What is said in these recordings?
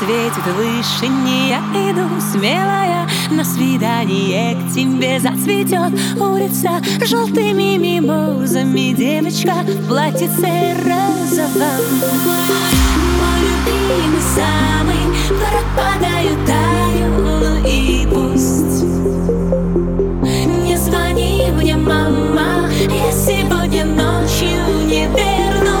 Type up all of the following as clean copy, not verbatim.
светит выше, не я иду смелая. На свидание к тебе зацветет улица желтыми мимозами. Девочка в платьице розовом. Мой любимый самый, пропадаю, таю, ну и пусть. Не звони мне, мама, я сегодня ночью не вернусь.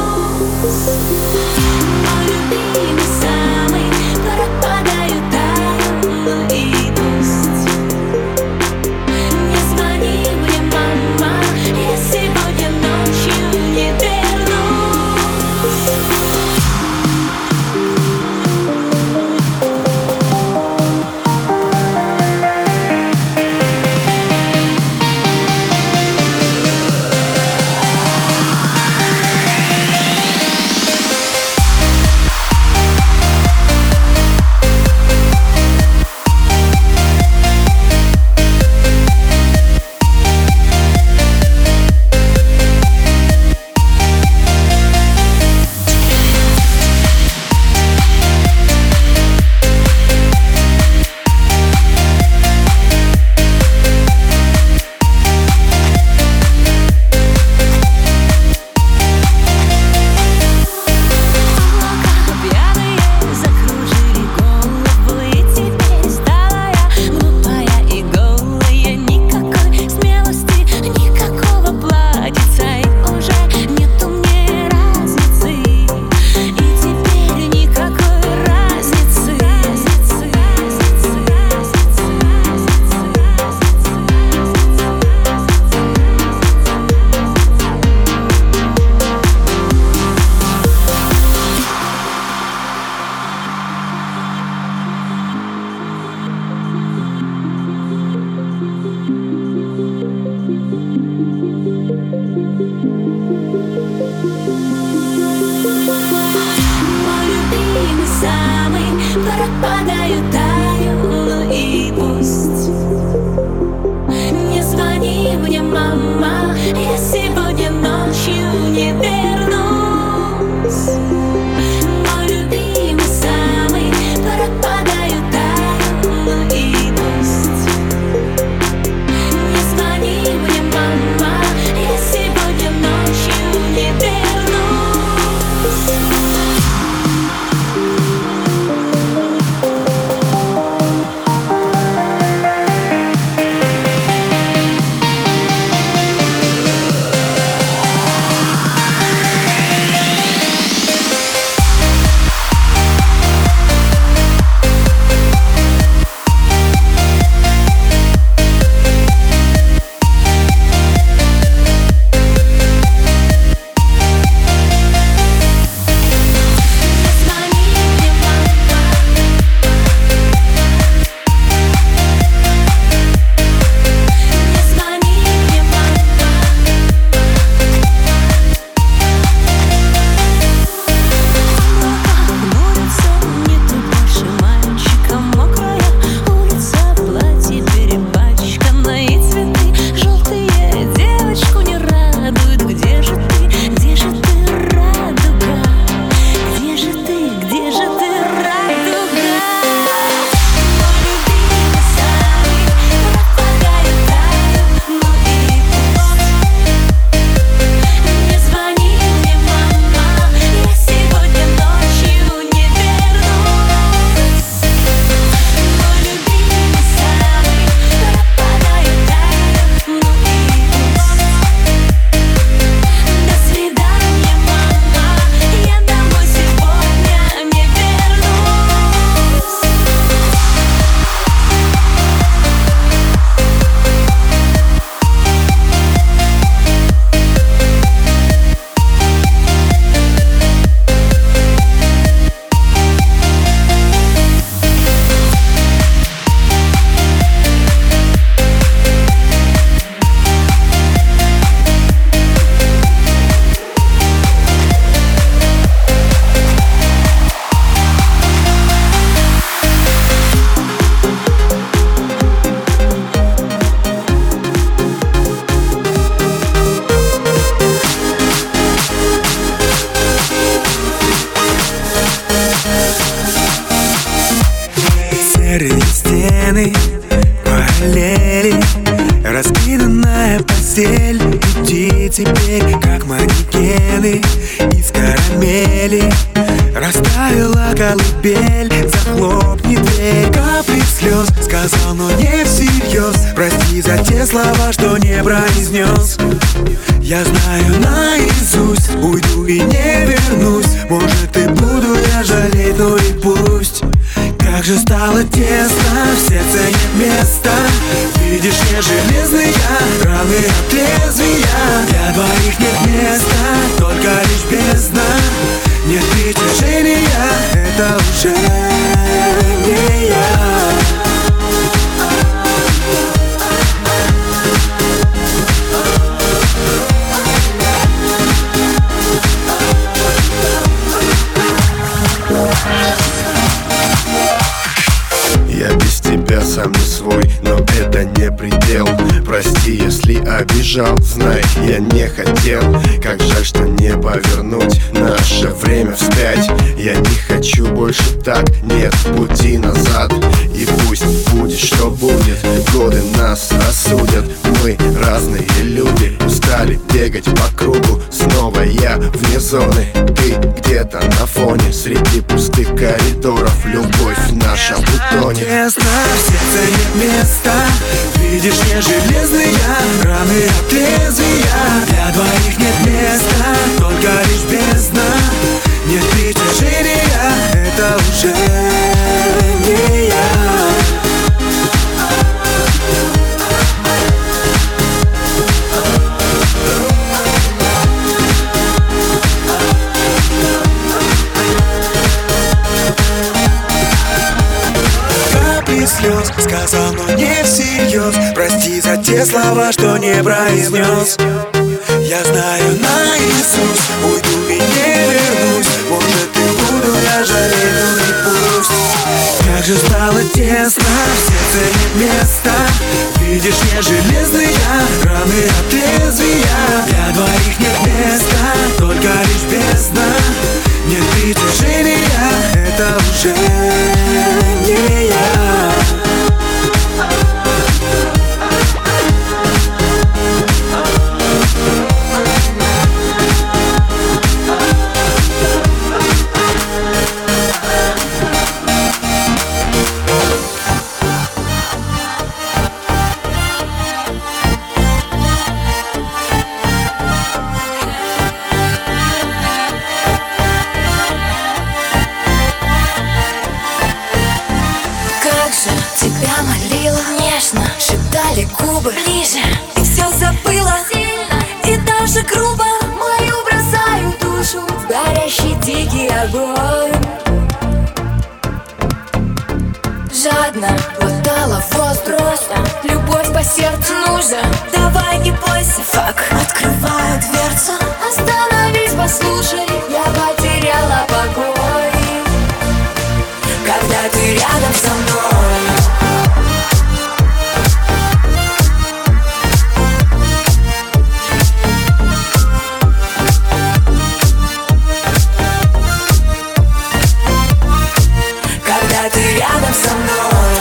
Мой любимый самый, пропадаю, таю, ну и пусть. Не звони мне, мама, я сегодня ночью не вернусь. постель. Иди теперь, как манекены из карамели. Растаяла колыбель, захлопни дверь. Капли слез сказал, но не всерьез. Прости за те слова, что не произнес. Я знаю наизусть, уйду и не вернусь. Может, и буду я жалеть, но и пусть. Как же стало тесно, в сердце нет места. Видишь, не железный я, раны от лезвия. Для двоих нет места, только лишь бездна. Нет притяжения, это уже не я. Я без тебя сам не свой, но это не предел. Прости, если обижал, знай, я не хотел. Как жаль, что не повернуть наше время вспять. Я не хочу больше так, нет пути назад. И пусть будет, что будет, годы нас рассудят. Мы разные люди, устали бегать по кругу. Снова я вне зоны, ты где-то на фоне. Среди пустых коридоров любовь наша бутоне. Тесно, в сердце нет места. Видишь, не железный я, раны от лезвия. Для двоих нет места, только лишь бездна. Нет притяжения, это уже не я. Слез сказал, но не всерьез. Прости за те слова, что не произнес. Я знаю наизусть, уйду и не вернусь. Может, и буду я жалеть, но и пусть. Как же стало тесно, в сердце нет места. Видишь, не железный я, раны от лезвия. Для двоих нет места, только лишь бездна. Нет притяжения, это уже не я. Тебя молила, нежно шептали губы ближе. И все забыла сильно и даже грубо. Мою бросаю душу в горящий дикий огонь. Жадно глотала воздух, любовь по сердцу нужна. Давай не бойся, фак, открываю дверцу. Остановись, послушай, я потеряла покой. Когда ты рядом со мной. Когда ты рядом со мной.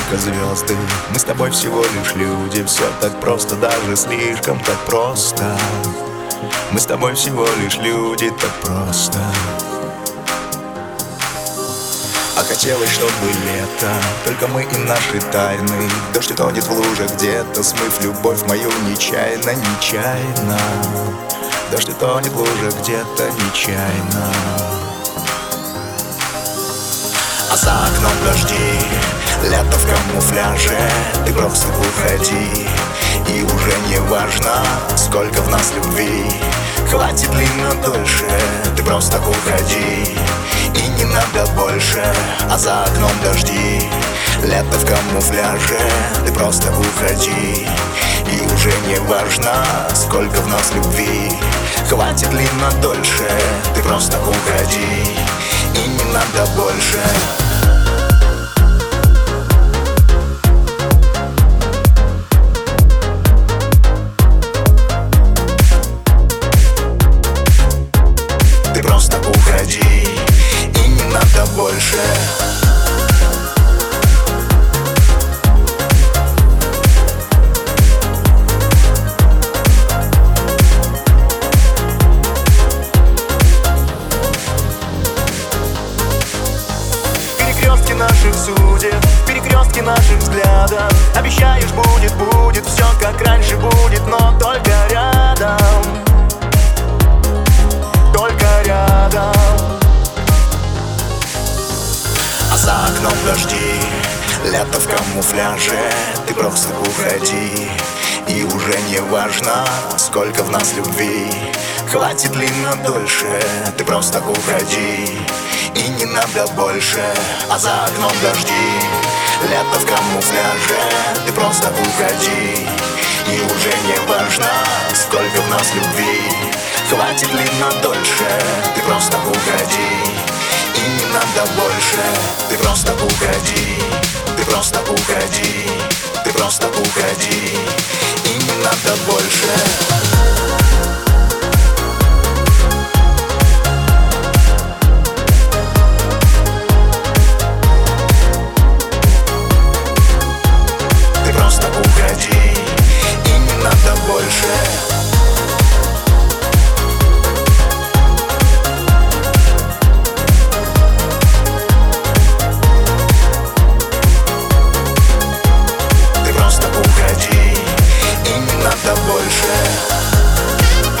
только звезды. Мы с тобой всего лишь люди. Все так просто, даже слишком так просто. Мы с тобой всего лишь люди, так просто. А хотелось, чтобы лето, только мы и наши тайны. Дождь утонет в лужах где-то, смыв любовь мою нечаянно, нечаянно. Дождь утонет в лужах где-то нечаянно. А за окном дожди, лето в камуфляже. Ты просто уходи, и уже не важно, сколько в нас любви. Хватит ли нам дольше, ты просто уходи, и не надо больше. А за окном дожди, лето в камуфляже. Ты просто уходи, и уже не важно, сколько в нас любви. Хватит ли нам дольше, ты просто уходи, и не надо больше. Ты просто уходи, и не надо больше. Перекрестки наших судеб, перекрестки наших взглядов. Обещаешь, будет, будет, все как раньше будет, но только рядом. Только рядом. А за окном дожди, лето в камуфляже. Ты просто уходи, и уже не важно, сколько в нас любви. Хватит ли нам дольше, ты просто уходи, и не надо больше. А за окном дожди, лето в камуфляже. Ты просто уходи, и уже не важно, сколько в нас любви. Хватит ли нам дольше, ты просто уходи, и не надо больше. Ты просто уходи, ты просто уходи, ты просто уходи, и не надо больше. Ты просто уходи, и не надо больше. Ты просто уходи, и не надо больше.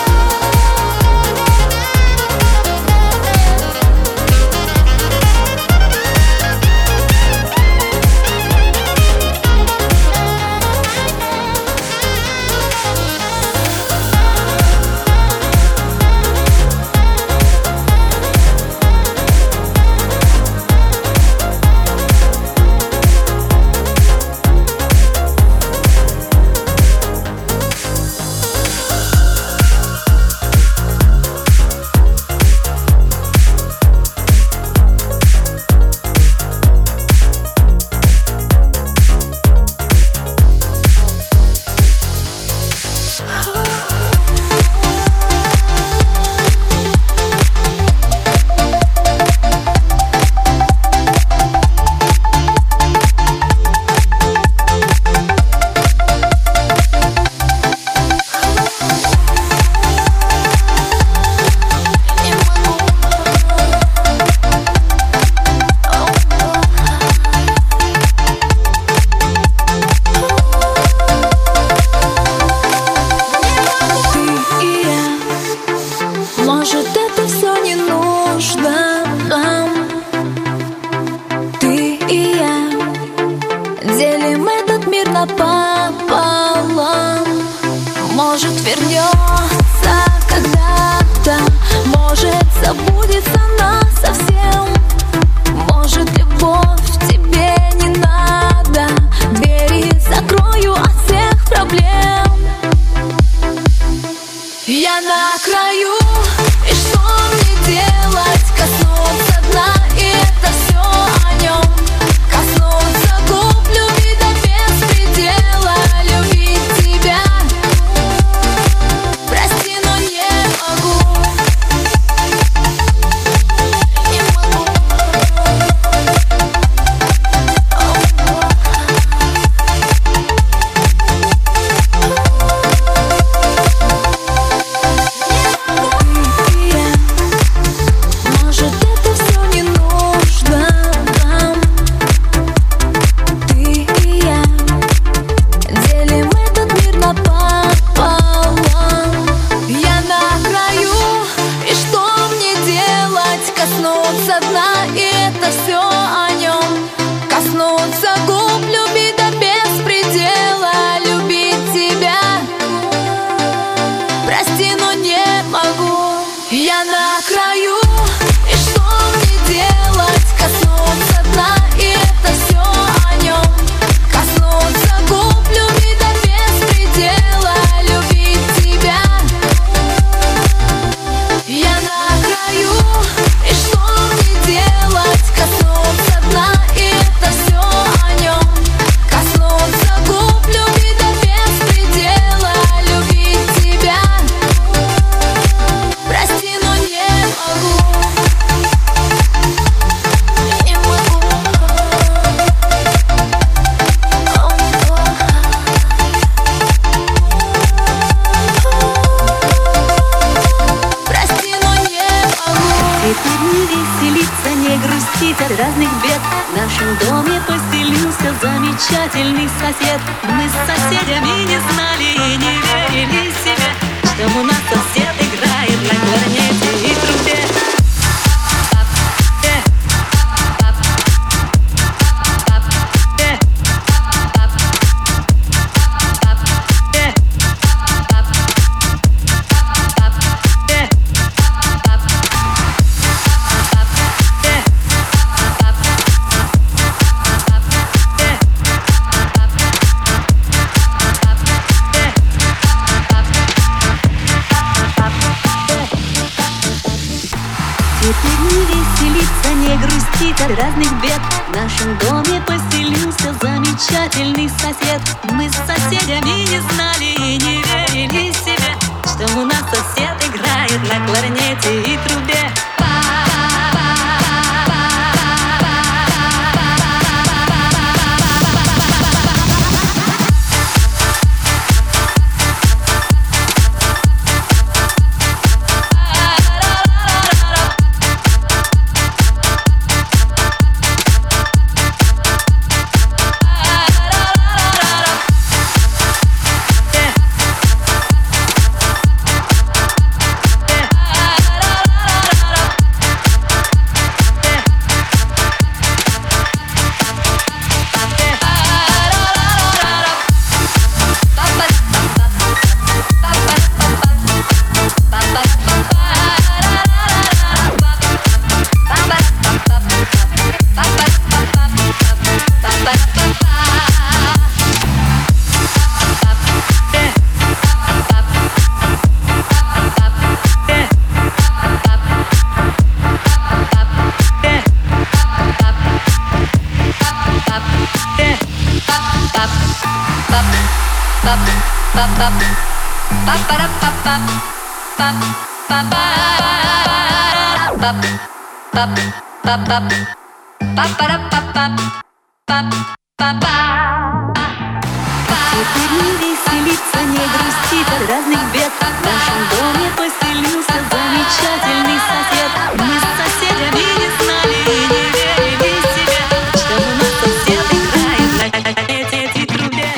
Я на краю, и что мне делать? Коснуться дна, и это все о нем. Коснуться губ, любить до беспредела, любить тебя. Я на краю, и что мне делать? Коснуться дна, и это все о нем. Коснуться губ, любить до беспредела, любить тебя. Прости, но не могу. Не могу. Прости, но не могу. Теперь не веселиться, не грустить от разных бед. В нашем доме поселился замечательный сосед. Мы с соседями не знали и не верили себе, что у нас сосед играет на кларнете и трубе. Теперь не веселиться, не грустить от разных бед. В нашем доме поселился замечательный сосед. Мы с соседями не знали и не верили себе, что у нас сосед играет на кларнете и трубе. Теперь не веселиться, не грустить от разных бед. В нашем доме поселился замечательный сосед. Мы с соседями не знали и не верили себе, что у нас сосед играет на кларнете и трубе.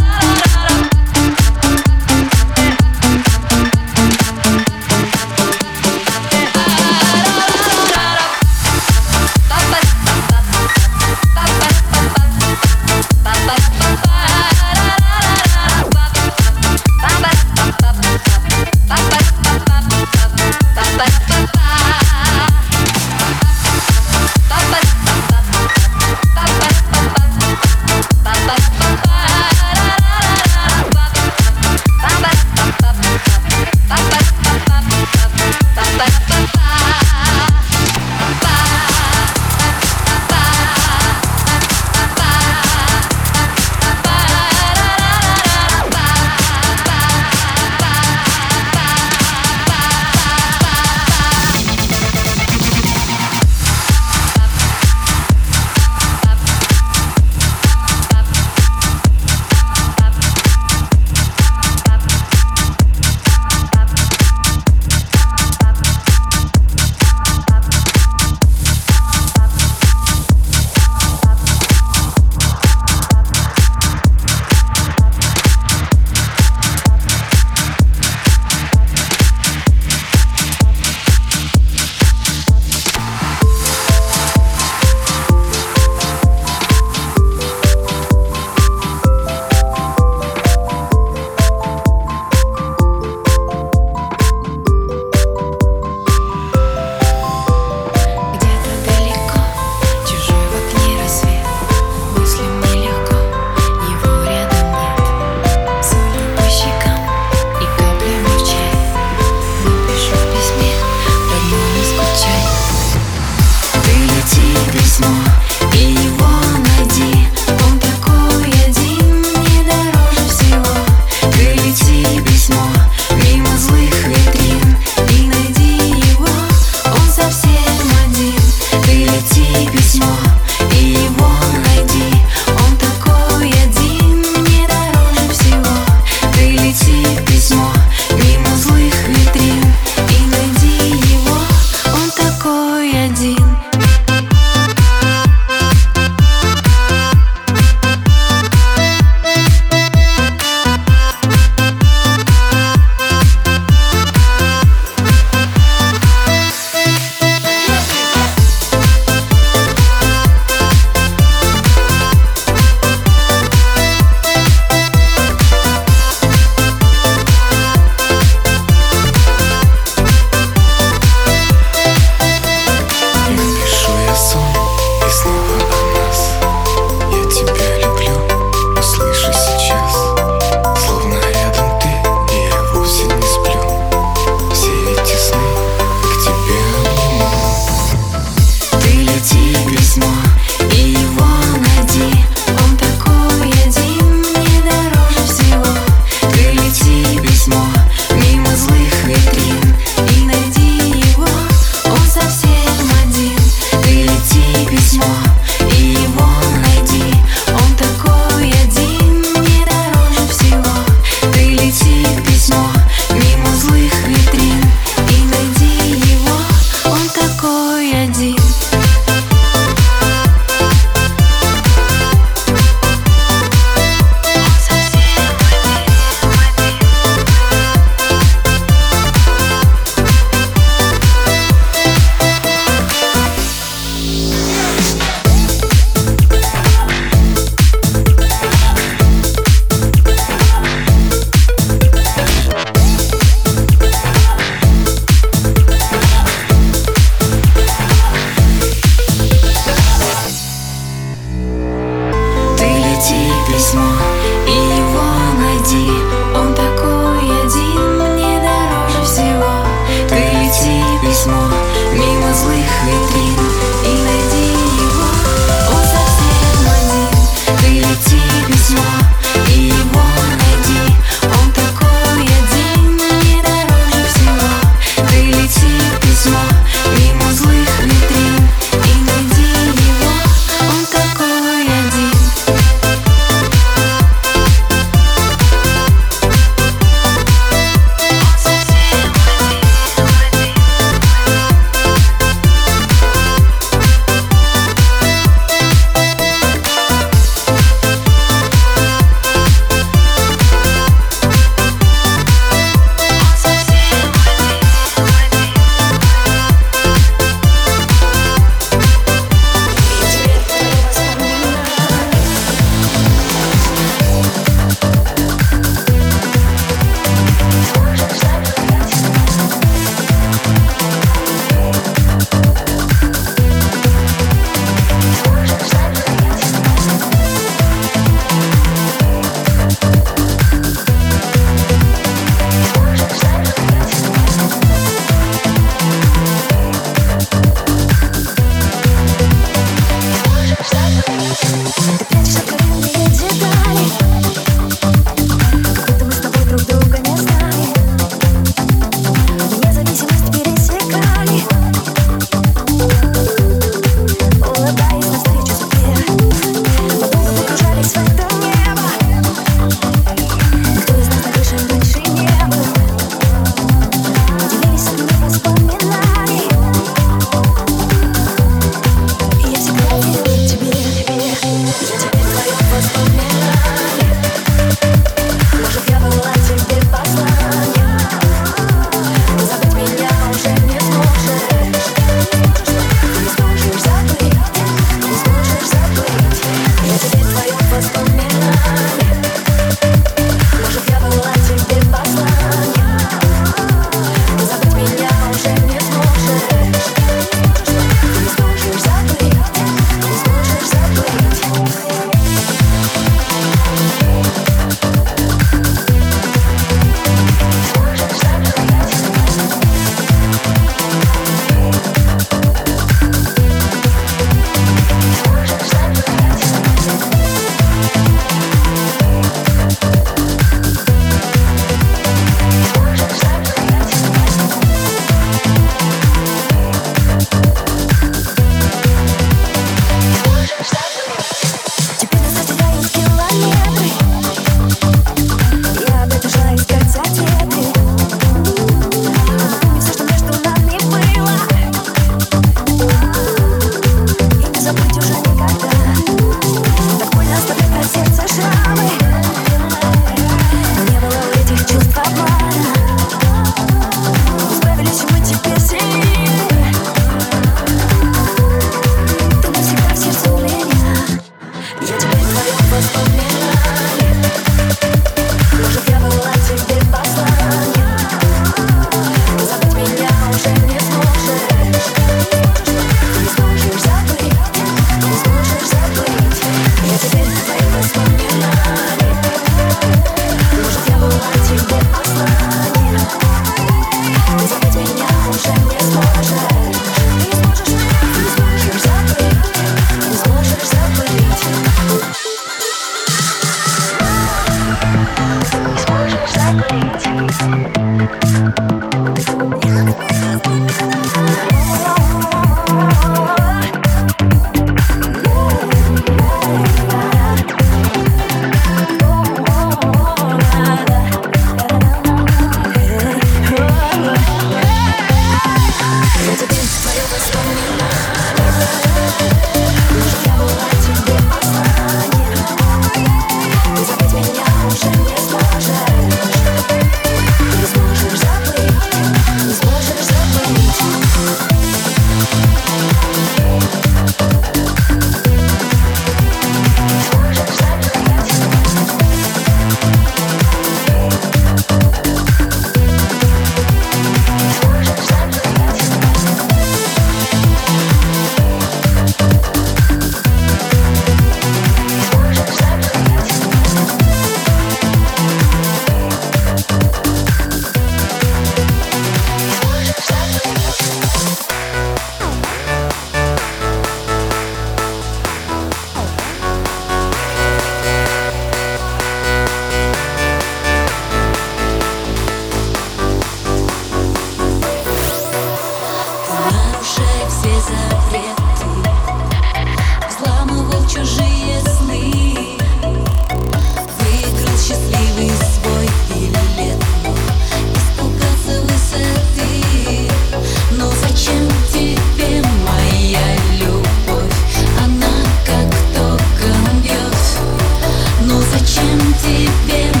Нарушай все запреты, взламывал чужие сны, выиграл счастливый свой билет, испугался высоты. Но зачем тебе моя любовь? Она как током бьет. Но зачем тебе